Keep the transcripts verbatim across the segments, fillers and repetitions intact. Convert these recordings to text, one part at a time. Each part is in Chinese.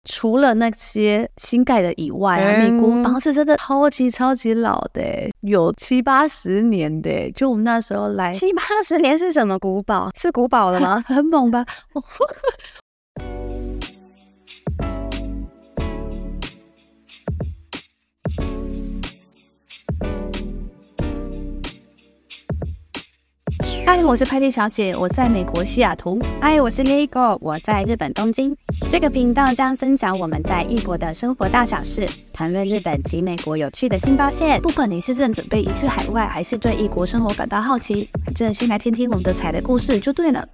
除了那些新盖的以外啊，美国房子真的超级超级老的，有七八十年的，就我们那时候来。 七八十年是什么古堡？是古堡了吗？ 很猛吧？嗨，我是派蒂小姐，我在美国西雅图。 嗨，我是 Lego， 我在日本东京。这个频道将分享我们在异国的生活大小事，谈论日本及美国有趣的新发现。 不管你是正准备移居海外，还是对异国生活感到好奇，真的先来听听我们的踩雷故事就对了。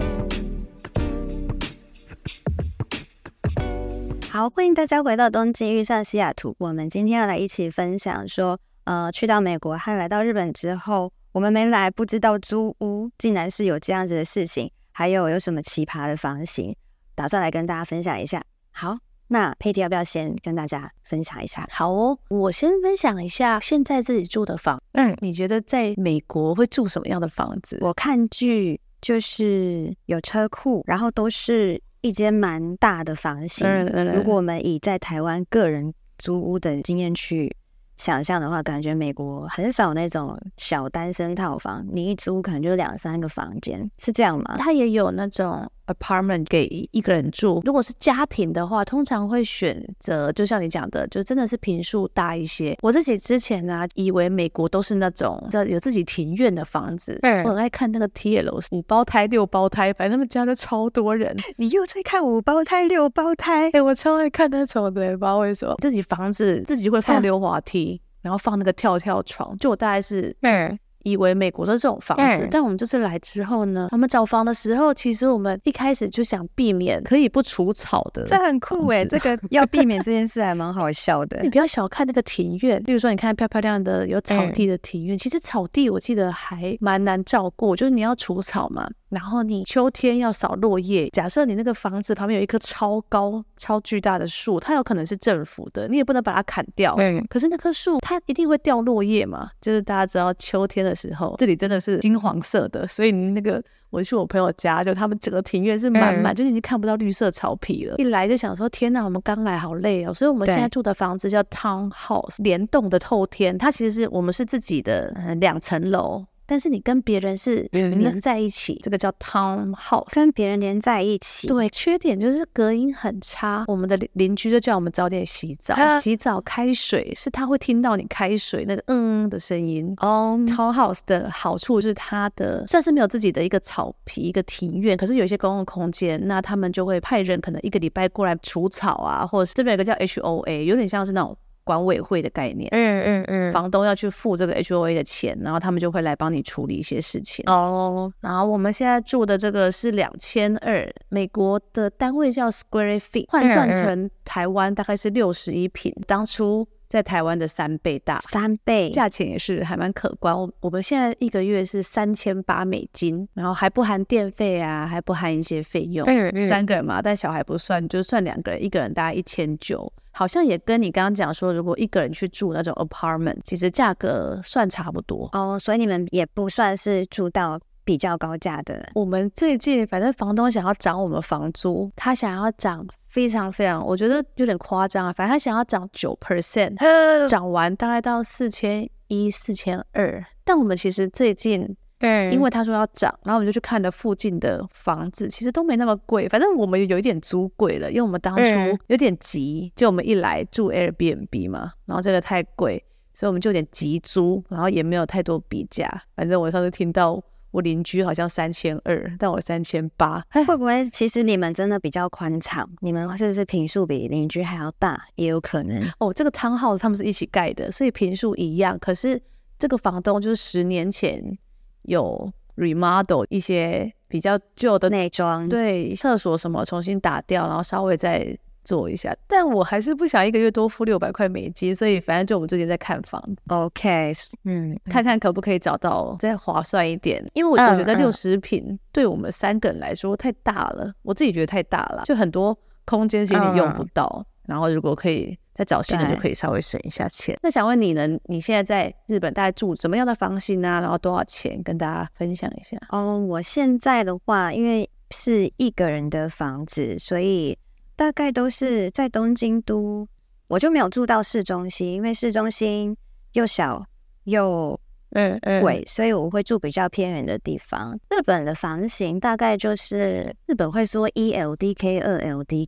好，欢迎大家回到东京遇上西雅图。我们今天要来一起分享说，呃，去到美国和来到日本之后，我们没来不知道租屋竟然是有这样子的事情，还有有什么奇葩的房型，打算来跟大家分享一下。好，那佩蒂要不要先跟大家分享一下？ 好哦，我先分享一下现在自己住的房。嗯，你觉得在美国会住什么样的房子？ 我看剧就是有车库，然后都是一间蛮大的房型。嗯嗯嗯，如果我们以在台湾个人租屋的经验去想象的话，感觉美国很少那种小单身套房，你一租可能就两三个房间，是这样吗？ 它也有那种 apartment 给一个人住。如果是家庭的话，通常会选择就像你讲的，就真的是坪数大一些。我自己之前呢、啊，以为美国都是那种有自己庭院的房子。嗯，我很爱看那个 T L 五胞胎六胞胎，反正他们家都超多人。 你又在看五胞胎六胞胎？ 哎、欸，我超爱看那种的，不知道为什么。自己房子自己会放溜滑梯。然后放那个跳跳床，就我大概是嗯以为美国都是这种房子、嗯、但我们这次来之后呢，我们找房的时候，其实我们一开始就想避免可以不除草的。 这很酷耶，这个要避免这件事还蛮好笑的。 你不要小看那个庭院，例如说你看漂漂亮的有草地的庭院、嗯、其实草地我记得还蛮难照顾，就是你要除草嘛，然后你秋天要扫落叶。假设你那个房子旁边有一棵超高超巨大的树，它有可能是政府的，你也不能把它砍掉、嗯、可是那棵树它一定会掉落叶嘛，就是大家知道秋天的时候这里真的是金黄色的，所以你那个我去我朋友家，就他们整个庭院是满满、嗯、就是已经看不到绿色草皮了。一来就想说天哪，我们刚来好累哦，所以我们现在住的房子叫 townhouse 联动的透天，它其实是我们是自己的两层楼，但是你跟别人是连在一起、嗯、这个叫 townhouse， 跟别人连在一起。 对，缺点就是隔音很差，我们的邻居就叫我们早点洗澡、啊、洗澡开水是他会听到你开水那个嗯的声音哦、um, townhouse 的好处就是它的算是没有自己的一个草皮一个庭院，可是有一些公共空间，那他们就会派人可能一个礼拜过来除草啊，或者是这边有个叫 H O A， 有点像是那种管委会的概念。嗯嗯嗯，房东要去付这个 H O A 的钱，然后他们就会来帮你处理一些事情哦。然后我们现在住的这个是两千二，美国的单位叫 square feet， 换算成台湾大概是六十一坪，当初在台湾的三倍大， 三倍， 价钱也是还蛮可观。我我们现在一个月是三千八美金，然后还不含电费啊，还不含一些费用。嗯嗯，三个人嘛，但小孩不算，就算两个人，一个人大概一千九。好像也跟你刚刚讲说，如果一个人去住那种 apartment， 其实价格算差不多哦，所以你们也不算是住到比较高价的。 我们最近反正房东想要涨我们房租，他想要涨非常非常，我觉得有点夸张啊，反正他想要涨 百分之九， 涨完大概到四千一、四千二，但我们其实最近因为他说要涨，然后我们就去看了附近的房子，其实都没那么贵，反正我们有一点租贵了，因为我们当初有点急，就我们一来住 Airbnb 嘛，然后这个太贵，所以我们就有点急租，然后也没有太多比价。反正我上次听到我邻居好像三千二，但我三千八， 会不会其实你们真的比较宽敞？你们是不是坪数比邻居还要大？也有可能哦。这个townhouse他们是一起盖的，所以坪数一样，可是这个房东就是十年前有 remodel 一些比较旧的内装， 对，厕所什么重新打掉，然后稍微再做一下，但我还是不想一个月多付六百块美金，所以反正就我们最近在看房 OK， 嗯， 看看可不可以找到再划算一点，因为我觉得六十坪对我们三个人来说太大了，我自己觉得太大了，就很多空间其实你用不到、嗯、然后如果可以再找新的就可以稍微省一下钱。那想问你呢，你现在在日本大概住怎么样的房型啊，然后多少钱，跟大家分享一下。 哦，我现在的话因为是一个人的房子，所以大概都是在东京都，我就没有住到市中心，因为市中心又小又嗯嗯贵，所以我会住比较偏远的地方。日本的房型大概就是日本会说一 L D K 二 L D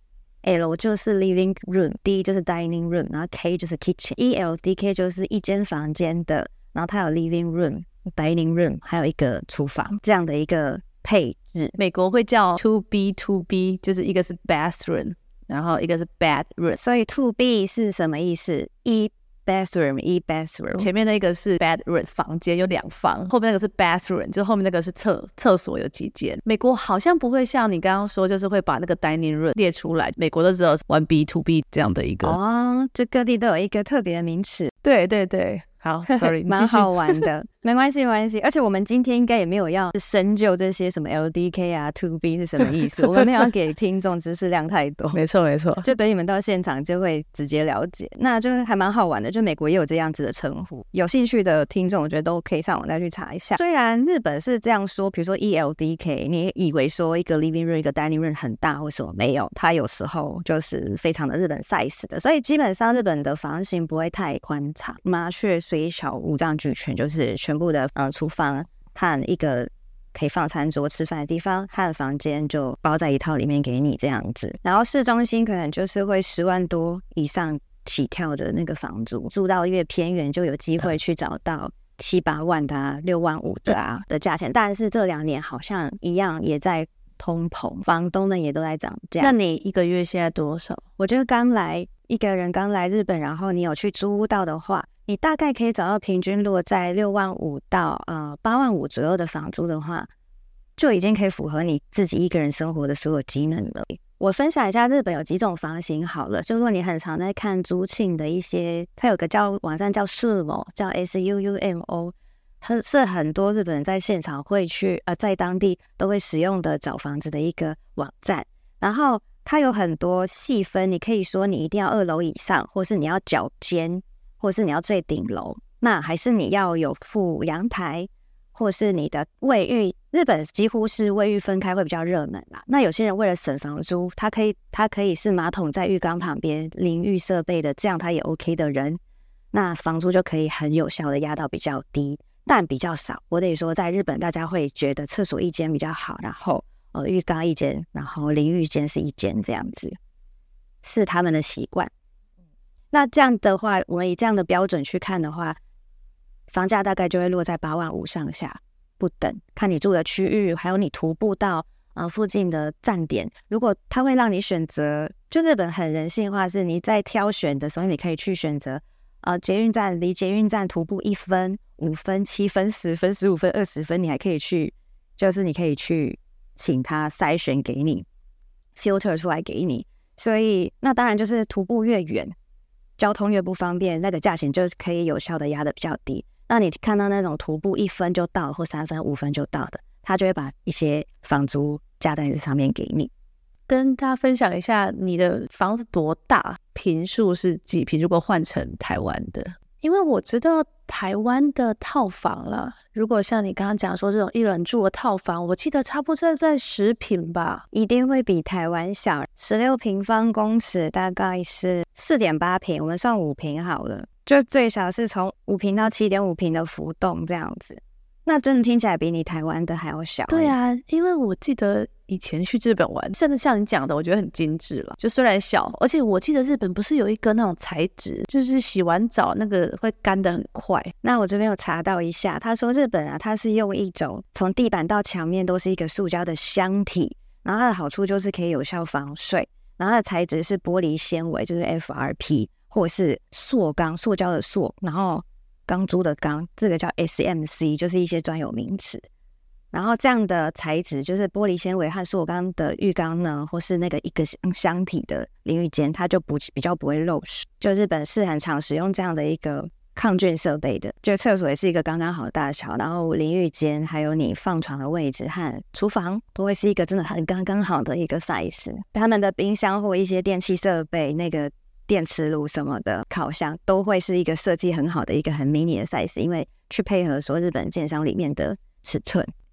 K，L 就是 living room， D 就是 dining room， 然后 K 就是 kitchen。 一 L D K 就是一间房间的，然后它有 living room dining room 还有一个厨房这样的一个配置。 美国会叫 two B two B， 就是一个是 bathroom， 然后一个是 bedroom。 所以 two B 是什么意思？一 bathroom 一 bathroom， 前面那个是 bedroom 房间有两房，后面那个是 bathroom 就是后面那个是厕厕所有几间。美国好像不会像你刚刚说就是会把那个 dining room 列出来，美国都只有 one B two B 这样的一个。 哦，这各地都有一个特别的名词。 对对对，好 sorry 蛮好玩的。没关系没关系，而且我们今天应该也没有要深究这些什么 L D K 啊 two B 是什么意思，我们没有要给听众知识量太多。 没错没错， 就等你们到现场就会直接了解。那就还蛮好玩的，就美国也有这样子的称呼，有兴趣的听众我觉得都可以上网再去查一下。虽然日本是这样说，比如说 E L D K 你以为说一个 living room 一个 dining room 很大，为什么没有？它有时候就是非常的日本 size 的，所以基本上日本的房型不会太宽敞，麻雀虽小五脏俱全，就是全部的呃厨房和一个可以放餐桌吃饭的地方和房间就包在一套里面给你这样子。然后市中心可能就是会十万多以上起跳的那个房租，住到越偏远就有机会去找到七八万的啊六万五的啊的价钱。但是这两年好像一样也在通膨，房东呢也都在涨价。 那你一个月现在多少？ 我觉得刚来一个人刚来日本，然后你有去租屋到的话，你大概可以找到平均落在六万五到呃八万五左右的房租的话，就已经可以符合你自己一个人生活的所有机能了。我分享一下日本有几种房型好了，就如果你很常在看租赁的一些，它有个叫网站叫 Sumo， 叫 S U U M O， 它是很多日本人在现场会去呃在当地都会使用的找房子的一个网站。然后它有很多细分，你可以说你一定要二楼以上，或是你要脚尖，或是你要最顶楼，那还是你要有附阳台，或是你的卫浴。日本几乎是卫浴分开会比较热门啦。那有些人为了省房租，他可以他可以是马桶在浴缸旁边淋浴设备的，这样他也 OK 的人，那房租就可以很有效的压到比较低，但比较少。我得说在日本大家会觉得厕所一间比较好，然后呃浴缸一间，然后淋浴间是一间，这样子是他们的习惯。那这样的话，我们以这样的标准去看的话，房价大概就会落在八万五上下不等，看你住的区域，还有你徒步到呃附近的站点。如果它会让你选择，就日本很人性化，是你在挑选的时候，你可以去选择呃捷运站离捷运站徒步一分、五分、七分、十分、十五分、二十分，你还可以去，就是你可以去请他筛选给你 filter 出来给你。所以那当然就是徒步越远，交通越不方便，那个价钱就可以有效的压得比较低。那你看到那种徒步一分就到或三分五分就到的，他就会把一些房租加在上面给你。 跟大家分享一下你的房子多大，坪数是几坪，如果换成台湾的。因为我知道台湾的套房啦，如果像你刚刚讲说这种一人住的套房，我记得差不多在十坪吧， 一定会比台湾小。十六平方公尺大概是 四点八坪，我们算五坪好了，就最少是从五坪到 七点五坪的浮动这样子。那真的听起来比你台湾的还要小。 对啊，因为我记得以前去日本玩，甚至像你讲的我觉得很精致了，就虽然小，而且我记得日本不是有一个那种材质，就是洗完澡那个会干得很快。 那我这边有查到一下，他说日本啊，它是用一种从地板到墙面都是一个塑胶的箱体，然后它的好处就是可以有效防水，然后它的材质是玻璃纤维，就是 F R P 或是塑钢，塑胶的塑，然后钢珠的钢，这个叫 S M C， 就是一些专有名词。然后这样的材质就是玻璃纤维和塑钢的浴缸呢，或是那个一个箱体的淋浴间，它就不比较不会漏水。就日本是很常使用这样的一个抗菌设备的，就厕所也是一个刚刚好的大小，然后淋浴间还有你放床的位置和厨房都会是一个真的很刚刚好的一个 size。他们的冰箱或一些电器设备，那个电磁炉什么的，烤箱都会是一个设计很好的一个很 mini 的 size， 因为去配合说日本建商里面的尺寸。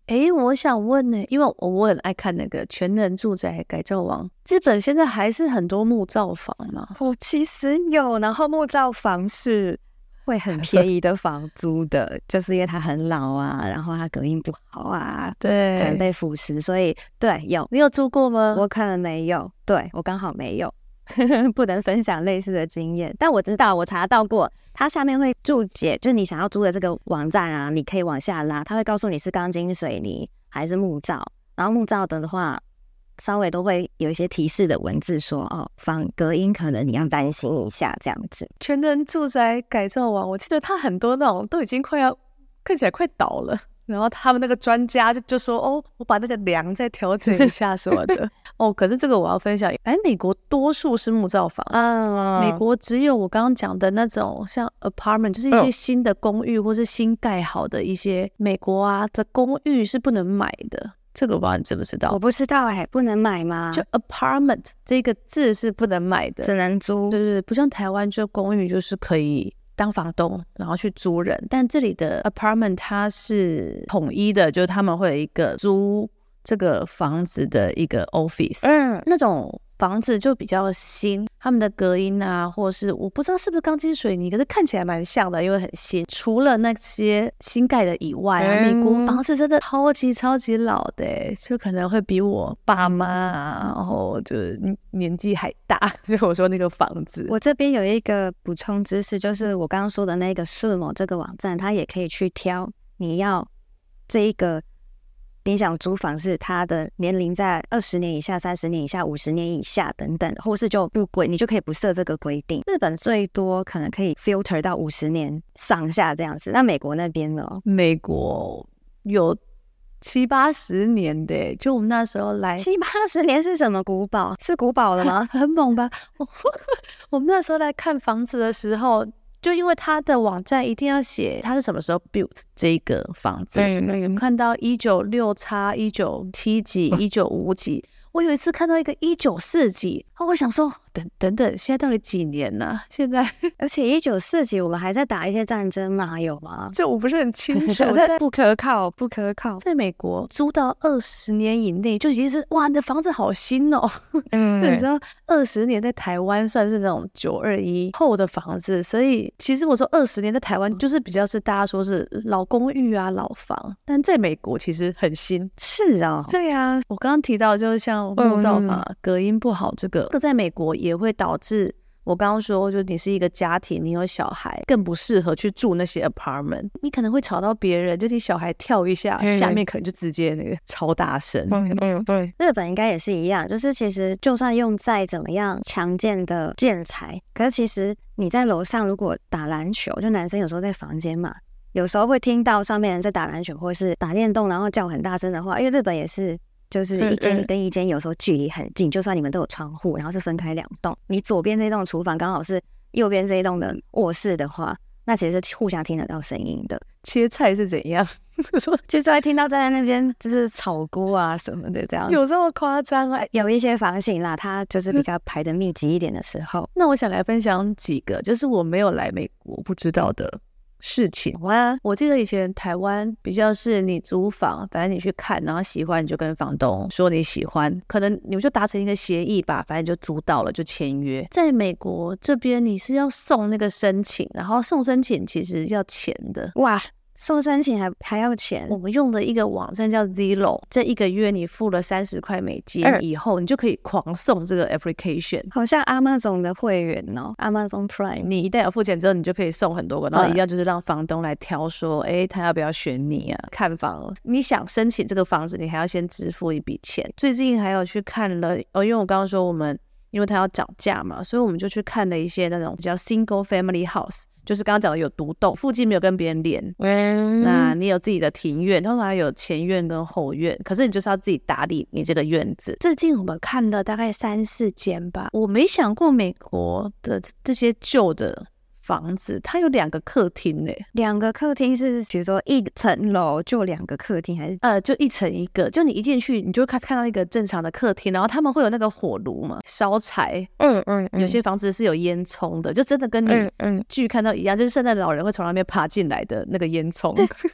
诶，我想问呢，因为我我很爱看那个《全能住宅改造王》，日本现在还是很多木造房吗？ 我其实有，然后木造房是会很便宜的房租的，就是因为它很老啊，然后它隔音不好啊， 对， 可能被腐蚀，所以对有。 你有住过吗？ 我可能没有，对我刚好没有。不能分享类似的经验，但我知道我查到过，它下面会注解，就是你想要租的这个网站啊，你可以往下拉，它会告诉你是钢筋水泥还是木造，然后木造的话稍微都会有一些提示的文字说，哦，防隔音可能你要担心一下这样子。 全能住宅改造王，我记得它很多那种都已经快要看起来快倒了，然后他们那个专家就就说，哦，我把那个梁再调整一下什么的。哦，可是这个我要分享，哎，美国多数是木造房， 嗯， 美国只有我刚刚讲的那种像 apartment， 就是一些新的公寓或是新盖好的一些美国啊的公寓是不能买的。这个我不知道你知不知道？ 我不知道哎、欸，不能买吗？ 就 apartment 这个字是不能买的， 只能租。 对对，不像台湾就公寓就是可以当房东，然后去租人，但这里的 apartment 它是统一的，就是他们会有一个租这个房子的一个 office， 嗯，那种房子就比较新，他们的隔音啊，或者是我不知道是不是钢筋水泥，可是看起来蛮像的，因为很新。除了那些新盖的以外啊，美国房子真的超级超级老的，就可能会比我爸妈啊，然后就是年纪还大。所以我说那个房子， 我这边有一个补充知识，就是我刚刚说的那个 Sumo 这个网站，它也可以去挑你要这一个。你想租房是它的年龄在二十年以下、三十年以下、五十年以下等等，或是就不规，你就可以不设这个规定。日本最多可能可以 filter 到五十年上下这样子。那美国那边呢？ 美国有七八十年的，就我们那时候来， 七八十年是什么古堡？是古堡了吗？ 很猛吧？我们那时候来看房子的时候。就因为他的网站一定要写他是什么时候 built 这个房子，嗯，看到一九六叉、一九七几、一九五几，我有一次看到一个一九四几，我想说，等等等，现在到底几年呢、啊？现在， 而且一九四几我们还在打一些战争嘛，有吗？ 这我不是很清楚， 不可靠，不可靠。 在美国租到二十年以内就已经是哇，你的房子好新哦。嗯，你知道二十年在台湾算是那种九二一后的房子，所以其实我说二十年在台湾就是比较是大家说是老公寓啊、老房，但在美国其实很新。 是啊、哦， 对啊，我刚刚提到就是像木造房、嗯、隔音不好，这个这个在美国也会导致。我刚刚说，就你是一个家庭，你有小孩，更不适合去住那些 apartment， 你可能会吵到别人，就你小孩跳一下，嗯、下面可能就直接那个超大声。 嗯嗯，对，日本应该也是一样，就是其实就算用再怎么样强健的建材，可是其实你在楼上如果打篮球，就男生有时候在房间嘛，有时候会听到上面人在打篮球或是打电动，然后叫很大声的话，因为日本也是。就是一间跟一间有时候距离很近，就算你们都有窗户，然后是分开两栋，你左边这一栋厨房刚好是右边这一栋的卧室的话，那其实是互相听得到声音的。 切菜是怎样？ 就是会听到站在那边就是炒锅啊什么的这样。 有这么夸张啊？ 有一些房型啦，它就是比较排得密集一点的时候。 那我想来分享几个，就是我没有来美国不知道的事情。我记得以前台湾比较是你租房，反正你去看，然后喜欢你就跟房东说你喜欢，可能你们就达成一个协议吧，反正就租到了就签约。在美国这边你是要送那个申请，然后送申请其实要钱的。 哇，送申请还还要钱？ 我们用的一个网站叫 Zillow， 这一个月你付了三十块美金以后，你就可以狂送这个 application， 好像 Amazon 的会员哦 ，Amazon Prime， 你一旦有付钱之后，你就可以送很多个，然后一样就是让房东来挑说，哎、嗯，他要不要选你啊？看房，你想申请这个房子，你还要先支付一笔钱。最近还有去看了，哦，因为我刚刚说我们，因为它要涨价嘛，所以我们就去看了一些那种比较 single family house。就是刚刚讲的有独栋，附近没有跟别人连、嗯、那你有自己的庭院，通常有前院跟后院，可是你就是要自己打理你这个院子。最近我们看了大概三四间吧，我没想过美国的这些旧的房子它有两个客厅耶。 两个客厅是比如说一层楼就两个客厅，还是呃就一层一个，就你一进去你就看看到一个正常的客厅，然后他们会有那个火炉嘛，烧柴，嗯嗯, 嗯，有些房子是有烟囱的，就真的跟你剧看到一样，就是圣诞老人会从那边爬进来的那个烟囱。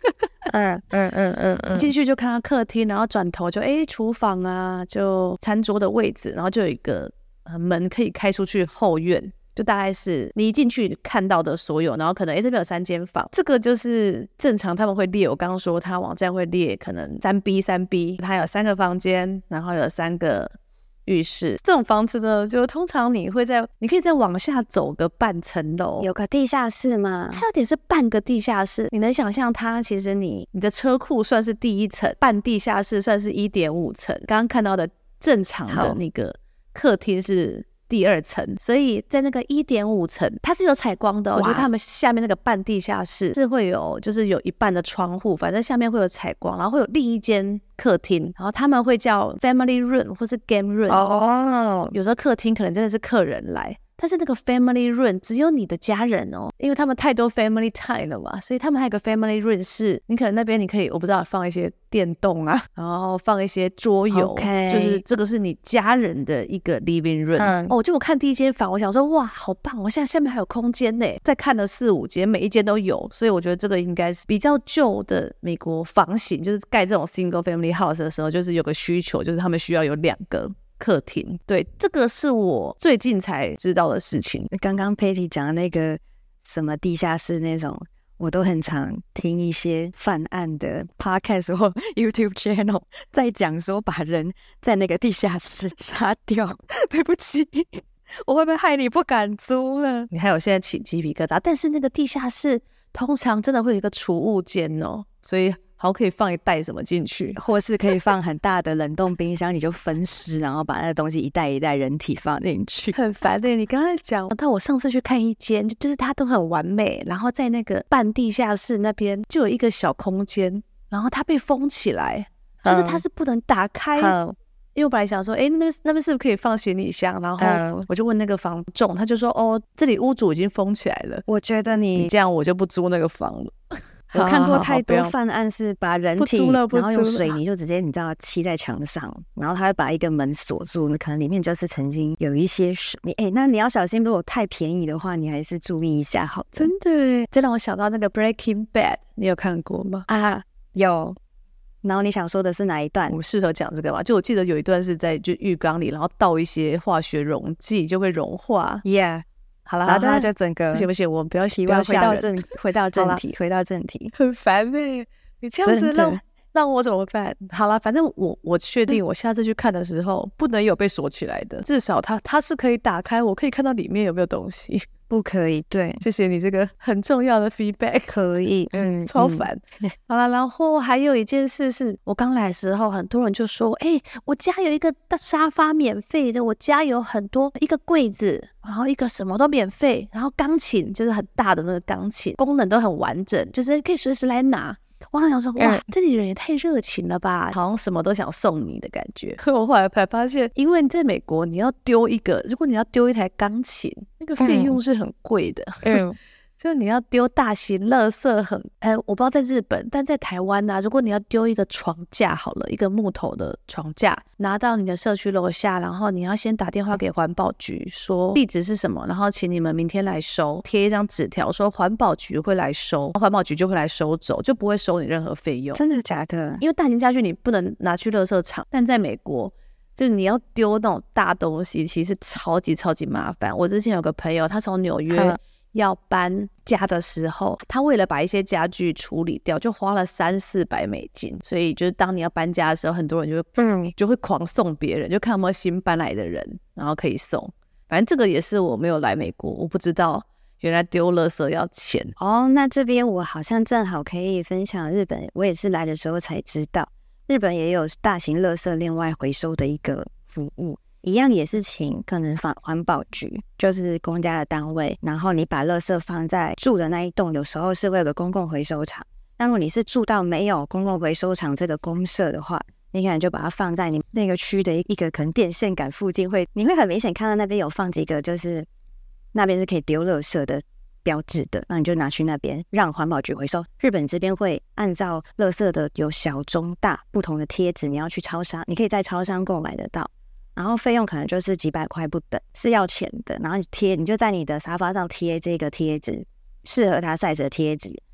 嗯嗯嗯嗯嗯， 进去就看到客厅，然后转头就哎厨房啊，就餐桌的位置，然后就有一个、呃、门可以开出去后院，就大概是你一进去看到的所有，然后可能哎这边有三间房，这个就是正常他们会列，我刚刚说他网站会列可能三 B 三 B， 它有三个房间，然后有三个浴室。这种房子呢，就通常你会在你可以再往下走个半层楼， 有个地下室吗？ 它有点是半个地下室，你能想象它其实你你的车库算是第一层，半地下室算是 一点五层，刚刚看到的正常的那个客厅是第二层，所以在那个 一点五层它是有采光的、哦、我觉得他们下面那个半地下室是会有就是有一半的窗户，反正下面会有采光，然后会有另一间客厅，然后他们会叫 family room 或是 game room 哦，有时候客厅可能真的是客人来，但是那个 family room 只有你的家人哦，因为他们太多 family time 了嘛，所以他们还有个 family room 是你可能那边你可以我不知道放一些电动啊，然后放一些桌游、okay. 就是这个是你家人的一个 living room、嗯、哦，就我看第一间房我想说哇好棒，我现在下面还有空间呢，再看了四五间每一间都有，所以我觉得这个应该是比较旧的美国房型，就是盖这种 single family house 的时候就是有个需求，就是他们需要有两个客厅，对，这个是我最近才知道的事情。 刚刚 Patty 讲的那个什么地下室那种，我都很常听一些犯案的 podcast 或 YouTube channel 在讲说把人在那个地下室杀掉。对不起，我会不会害你不敢租了？ 你还有现在起鸡皮疙瘩，但是那个地下室通常真的会有一个储物间哦，所以好可以放一袋什么进去， 或是可以放很大的冷冻冰箱，你就分尸，然后把那个东西一袋一袋人体放进去。 很烦的、欸、你刚才讲到我上次去看一间，就是它都很完美，然后在那个半地下室那边就有一个小空间，然后它被封起来，就是它是不能打开、嗯、因为我本来想说哎，那边那边是不是可以放行李箱，然后我就问那个房仲，他就说哦这里屋主已经封起来了。 我觉得你, 你这样我就不租那个房了。 我看过太多犯案是把人体不了不然后用水泥就直接你知道漆在墙上，然后他会把一个门锁住，可能里面就是曾经有一些水。你哎，那你要小心，如果太便宜的话你还是注意一下好的。 真的，这让我想到那个 Breaking Bad， 你有看过吗？ 啊有。然后你想说的是哪一段？ 我适合讲这个吗？就我记得有一段是在就浴缸里，然后倒一些化学溶剂就会融化。 Yeah，好了，然后他就整个不行不行，我们不要希望回到正回到正题回到正题， 很烦欸，你这样子让让我怎么办？好了，反正我我确定我下次去看的时候不能有被锁起来的，至少它它是可以打开，我可以看到里面有没有东西。 不可以，对， 谢谢你这个很重要的 feedback。 可以，嗯， 超烦、嗯、好了，然后还有一件事是我刚来的时候很多人就说哎、欸，我家有一个沙发免费的，我家有很多一个柜子，然后一个什么都免费，然后钢琴就是很大的那个钢琴功能都很完整，就是可以随时来拿。我好想说哇、嗯、这里人也太热情了吧，好像什么都想送你的感觉。我后来才发现因为在美国你要丢一个如果你要丢一台钢琴那个费用是很贵的，嗯就是你要丢大型垃圾很呃，我不知道在日本，但在台湾啊，如果你要丢一个床架好了，一个木头的床架拿到你的社区楼下，然后你要先打电话给环保局说地址是什么，然后请你们明天来收，贴一张纸条说环保局会来收，环保局就会来收走，就不会收你任何费用。 真的假的？ 因为大型家具你不能拿去垃圾场，但在美国就是你要丢那种大东西其实超级超级麻烦。我之前有个朋友他从纽约要搬家的时候，他为了把一些家具处理掉就花了三四百美金，所以就是当你要搬家的时候很多人就会、嗯、就会狂送别人，就看有没有新搬来的人然后可以送。反正这个也是我没有来美国我不知道原来丢垃圾要钱哦。那这边我好像正好可以分享日本，我也是来的时候才知道日本也有大型垃圾另外回收的一个服务，一样也是请可能环保局就是公家的单位，然后你把垃圾放在住的那一栋，有时候是会有个公共回收场，但如果你是住到没有公共回收场这个公社的话，你可能就把它放在你那个区的一个可能电线杆附近，会你会很明显看到那边有放几个就是那边是可以丢垃圾的标志的，那你就拿去那边让环保局回收。日本这边会按照垃圾的有小中大不同的贴纸，你要去超商你可以在超商购买得到，然后费用可能就是几百块不等，是要钱的。然后你贴，你就在你的沙发上贴这个贴纸，适合它 size 的贴纸，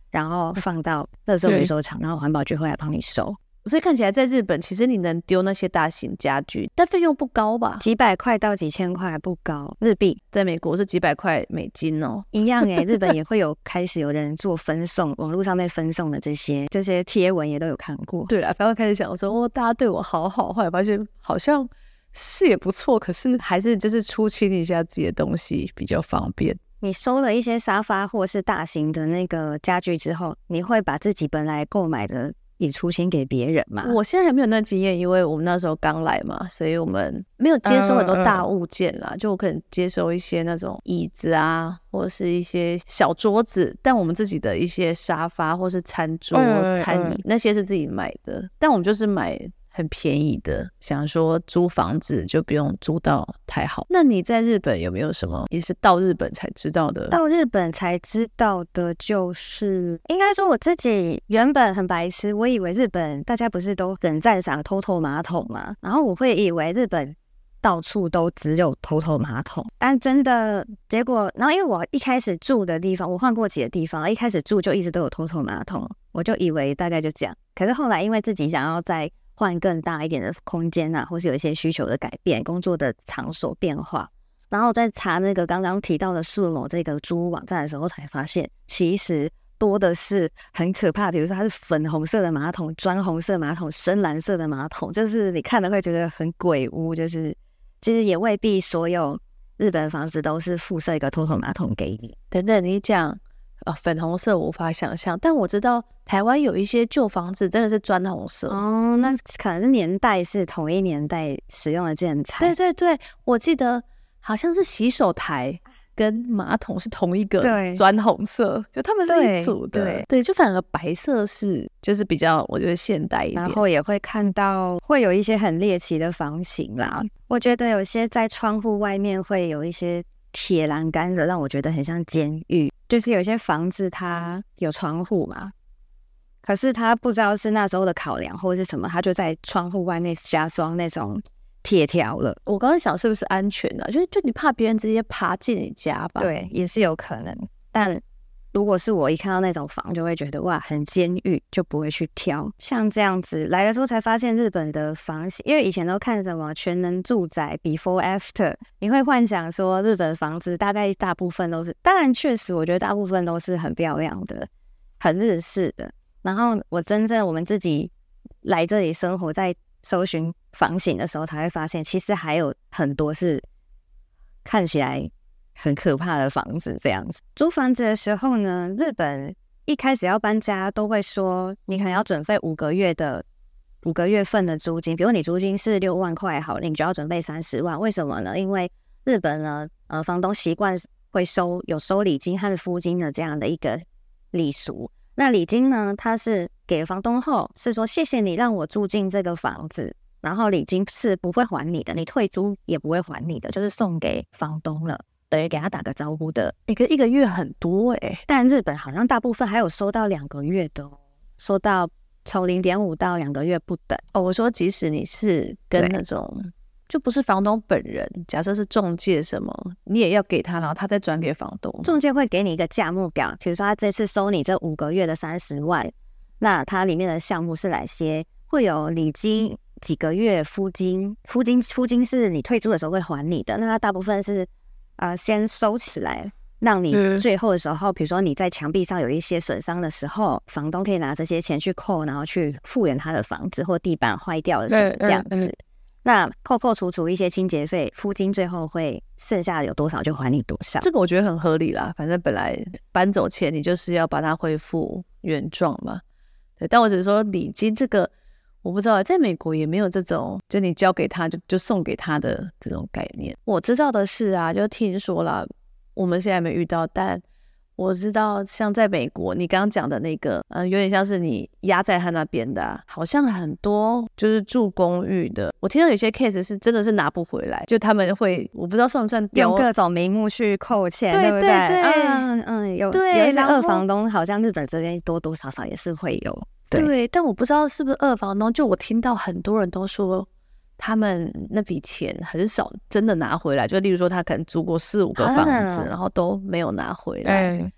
然后放到垃圾回收厂，然后环保局会来帮你收。 所以看起来在日本其实你能丢那些大型家具，但费用不高吧？ 几百块到几千块不高日币， 在美国是几百块美金哦， 一样耶。日本也会有开始有人做分送，网络上面分送的这些这些贴文也都有看过。 对啊，反正开始想说哦，大家对我好好，后来发现好像是也不错，可是还是就是出清一下自己的东西比较方便。 你收了一些沙发或是大型的那个家具之后，你会把自己本来购买的也出清给别人吗？ 我现在还没有那个经验，因为我们那时候刚来嘛，所以我们没有接收很多大物件啦，嗯嗯、就我可能接收一些那种椅子啊，或者是一些小桌子，但我们自己的一些沙发或是餐桌、嗯、餐椅、嗯、那些是自己买的，但我们就是买很便宜的，想说租房子就不用租到太好。那你在日本有没有什么也是到日本才知道的？ 到日本才知道的就是应该说我自己原本很白痴，我以为日本大家不是都很赞赏TOTO马桶嘛，然后我会以为日本到处都只有TOTO马桶，但真的结果，然后因为我一开始住的地方，我换过几个地方，一开始住就一直都有TOTO马桶，我就以为大概就这样。可是后来因为自己想要在换更大一点的空间啊，或是有一些需求的改变，工作的场所变化，然后在查那个刚刚提到的数某这个租屋网站的时候，才发现其实多的是很可怕，比如说它是粉红色的马桶、砖红色马桶、深蓝色的马桶，就是你看了会觉得很鬼屋，就是其实也未必所有日本房子都是附设一个TOTO马桶给你。 等等，你讲啊，粉红色我无法想象，但我知道台湾有一些旧房子真的是砖红色哦，那可能是年代是同一年代使用的建材。 对对对，我记得好像是洗手台跟马桶是同一个砖红色，就他们是一组的。对 对, 对，就反而白色是就是比较我觉得现代一点， 然后也会看到会有一些很猎奇的房型啦。我觉得有些在窗户外面会有一些铁栏杆的，让我觉得很像监狱。就是有些房子它有窗户嘛，可是他不知道是那时候的考量或者是什么，他就在窗户外面加装那种铁条了。 我刚刚想是不是安全的、啊，就就你怕别人直接爬进你家吧？ 对，也是有可能。但如果是我一看到那种房，就会觉得哇，很监狱，就不会去挑。像这样子来的时候才发现日本的房型，因为以前都看什么全能住宅 before after， 你会幻想说日本房子大概大部分都是，当然确实我觉得大部分都是很漂亮的，很日式的。然后我真正我们自己来这里生活，在搜寻房型的时候，才会发现其实还有很多是看起来很可怕的房子这样子。租房子的时候呢，日本一开始要搬家都会说你可能要准备五个月的五个月份的租金，比如你租金是六万块好，你就要准备三十万。为什么呢？因为日本呢，呃，房东习惯会收有收礼金和付金的这样的一个礼俗。那礼金呢，它是给了房东后是说谢谢你让我住进这个房子，然后礼金是不会还你的，你退租也不会还你的，就是送给房东了。等于给他打个招呼的。 一个一个月很多哎、欸， 但日本好像大部分还有收到两个月的、哦，收到从零点五到两个月不等。 哦，我说即使你是跟那种就不是房东本人，假设是中介什么，你也要给他，然后他再转给房东。 中介会给你一个价目表，比如说他这次收你这五个月的三十万，那它里面的项目是哪些？会有礼金、几个月付金，付金付金是你退租的时候会还你的，那它大部分是。呃，先收起来，让你最后的时候，比如说你在墙壁上有一些损伤的时候，房东可以拿这些钱去扣，然后去复原他的房子或地板坏掉的什么这样子。那扣扣除除一些清洁费，付金最后会剩下有多少就还你多少。 这个我觉得很合理啦，反正本来搬走前你就是要把它恢复原状嘛。对，但我只是说礼金这个。我不知道，在美国也没有这种，就你交给他就就送给他的这种概念。我知道的是啊，就听说啦，我们现在没遇到，但我知道像在美国，你刚刚讲的那个，嗯、呃，有点像是你压在他那边的、啊，好像很多就是住公寓的，我听到有些 case 是真的是拿不回来，就他们会，我不知道算不算用各种名目去扣钱， 对对不对？ 对对， 嗯嗯，有对有一些二房东，好像日本这边多多少少也是会有。 对, 对，但我不知道是不是二房东，就我听到很多人都说他们那笔钱很少真的拿回来，就例如说他可能租过四五个房子、啊、然后都没有拿回来、嗯、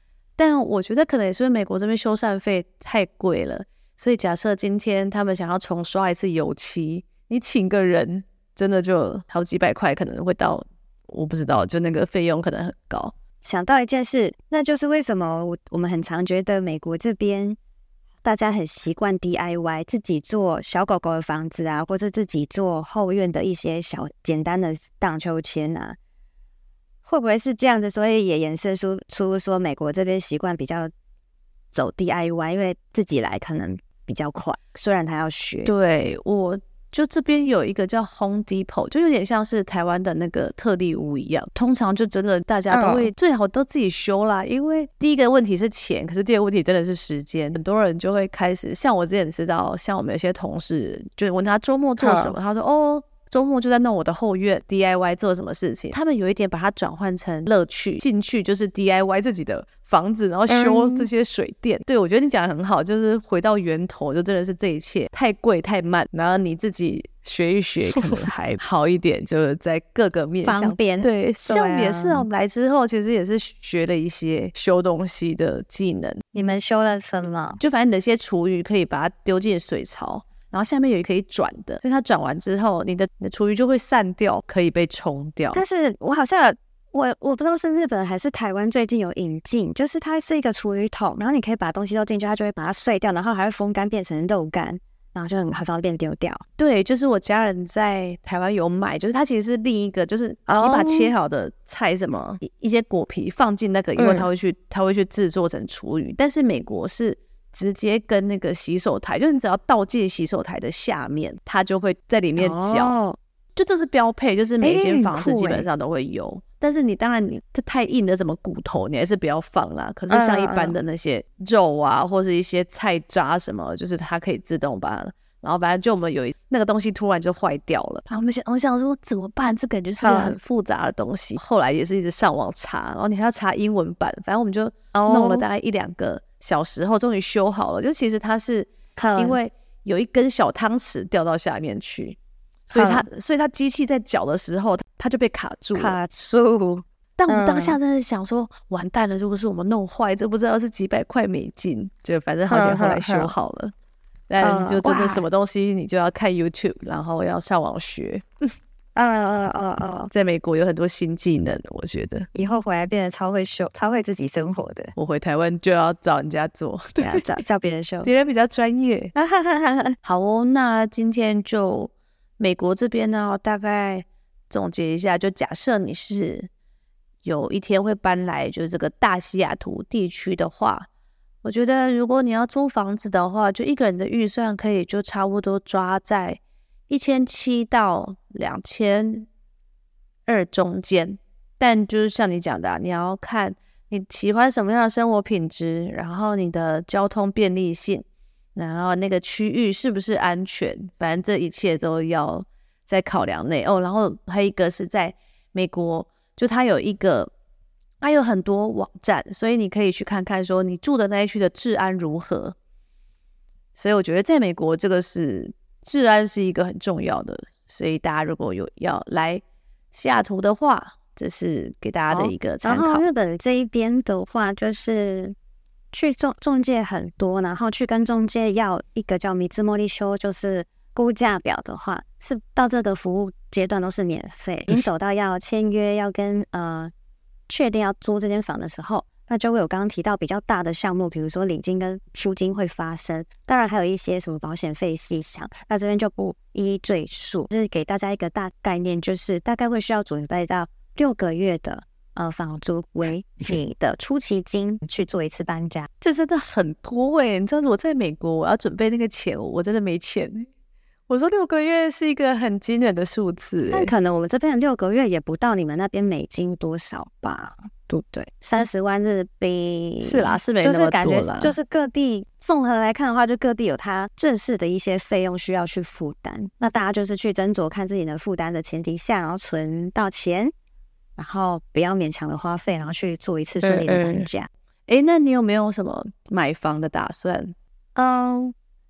但我觉得可能也是因为美国这边修缮费太贵了，所以假设今天他们想要重刷一次油漆，你请个人真的就好几百块，可能会到，我不知道，就那个费用可能很高。 想到一件事，那就是为什么我我们很常觉得美国这边大家很习惯 D I Y， 自己做小狗狗的房子啊，或者自己做后院的一些小简单的荡秋千啊，会不会是这样子？所以也衍生出出说美国这边习惯比较走 D I Y， 因为自己来可能比较快，虽然他要学。 对，我就这边有一个叫 Home Depot， 就有点像是台湾的那个特力屋一样，通常就真的大家都会最好都自己修啦，因为第一个问题是钱，可是第二个问题真的是时间。很多人就会开始，像我之前知道，像我们有些同事就问他周末做什么，他说哦，周末就在弄我的后院 D I Y 做什么事情。他们有一点把它转换成乐趣，兴趣就是 D I Y 自己的房子，然后修这些水电、嗯、对，我觉得你讲得很好，就是回到源头，就真的是这一切太贵太慢，然后你自己学一学可能还好一点就是在各个面向方便。 对，像也是、啊、我们来之后其实也是学了一些修东西的技能。 你们修了什么？ 就反正你的一些厨余可以把它丢进水槽，然后下面有一个可以转的，所以它转完之后你的你的厨余就会散掉，可以被冲掉。 但是我好像有我我不知道是日本还是台湾最近有引进，就是它是一个厨余桶，然后你可以把东西都进去，它就会把它碎掉，然后还会风干变成肉干，然后就很很方便丢掉。 对，就是我家人在台湾有买，就是它其实是另一个，就是你把切好的菜什么、oh. 一些果皮放进那个以后，它会去、嗯、它会去制作成厨余。但是美国是直接跟那个洗手台，就是你只要倒进洗手台的下面，它就会在里面搅。Oh. 就这是标配，就是每间房子基本上都会有。欸欸、但是你当然你这太硬的什么骨头你还是不要放啦。可是像一般的那些肉啊，嗯嗯或是一些菜渣什么，就是它可以自动把它。然后反正就我们有那个东西突然就坏掉了，然后我们想我想说怎么办？这感觉是个很复杂的东西。嗯、后来也是一直上网查，然后你还要查英文版，反正我们就弄了大概一两个小时后，终于修好了。就其实它是因为有一根小汤匙掉到下面去。所以它，所以它机器在搅的时候，它就被卡住了。 卡住。 但我们当下真的想说，嗯、完蛋了！如果是我们弄坏，这不知道是几百块美金。就反正好险后来修好了。但就真的什么东西，你就要看 YouTube， 然后要上网学。 啊啊啊啊！ 在美国有很多新技能，我觉得以后回来变得超会修、超会自己生活的。 我回台湾就要找人家做， 对啊，找叫别人修， 别人比较专业。好哦，那今天就。美国这边呢，大概总结一下，就假设你是有一天会搬来就是这个大西雅图地区的话，我觉得如果你要租房子的话，就一个人的预算可以就差不多抓在一千七到两千二中间。但就是像你讲的、啊，你要看你喜欢什么样的生活品质，然后你的交通便利性。然后那个区域是不是安全，反正这一切都要在考量内哦。然后还有一个是在美国，就它有一个它有很多网站，所以你可以去看看说你住的那一区的治安如何。所以我觉得在美国这个是治安是一个很重要的，所以大家如果有要来西雅图的话，这是给大家的一个参考。 然后日本这一边的话就是去中中介很多，然后去跟中介要一个叫見積もり書，就是估价表的话，是到这个服务阶段都是免费。你走到要签约，要跟呃确定要租这间房的时候，那就会有刚刚提到比较大的项目，比如说礼金跟租金会发生，当然还有一些什么保险费细项，那这边就不一一赘述，就是给大家一个大概念，就是大概会需要准备到六个月的。呃，房租为你的初期金去做一次搬家， 这真的很多欸！你知道我在美国，我要准备那个钱，我真的没钱。我说六个月是一个很惊人的数字， 但可能我们这边的六个月也不到你们那边美金多少吧，对不对？三十万日币是啦，是没那么多啦。 就是感觉就是各地综合来看的话，就各地有它正式的一些费用需要去负担。那大家就是去斟酌看自己的负担的前提下，然后存到钱。然后不要勉强的花费，然后去做一次顺利的搬家。 哎、欸欸，那你有没有什么买房的打算？ 嗯，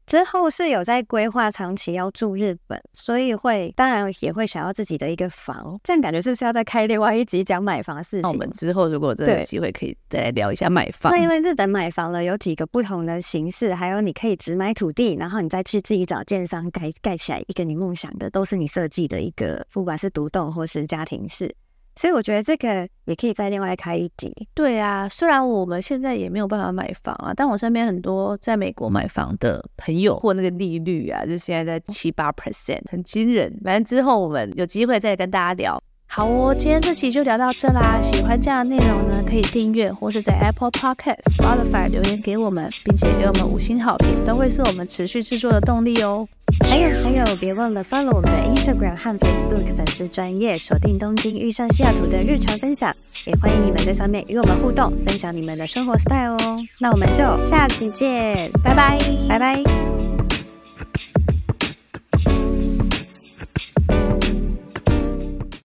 之后是有在规划长期要住日本，所以会当然也会想要自己的一个房，这样感觉是不是要再开另外一集讲买房的事情？ 那我们之后如果真的有机会可以再来聊一下买房。 那因为日本买房了有几个不同的形式，还有你可以只买土地，然后你再去自己找建商盖盖起来一个你梦想的，都是你设计的一个，不管是独栋或是家庭式。所以我觉得这个也可以再另外开一集。 对啊，虽然我们现在也没有办法买房啊，但我身边很多在美国买房的朋友，或那个利率啊，就现在在七八 percent， 很惊人。反正之后我们有机会再跟大家聊。好哦，今天这期就聊到这啦。喜欢这样的内容呢，可以订阅或是在 Apple Podcast、Spotify 留言给我们，并且给我们五星好评，都会是我们持续制作的动力哦。 还有还有，别忘了 follow 我们的 Instagram 和 Facebook 粉丝专页，锁定东京遇上西雅图的日常分享，也欢迎你们在上面与我们互动，分享你们的生活 style 哦。那我们就下期见， 拜拜， 拜拜。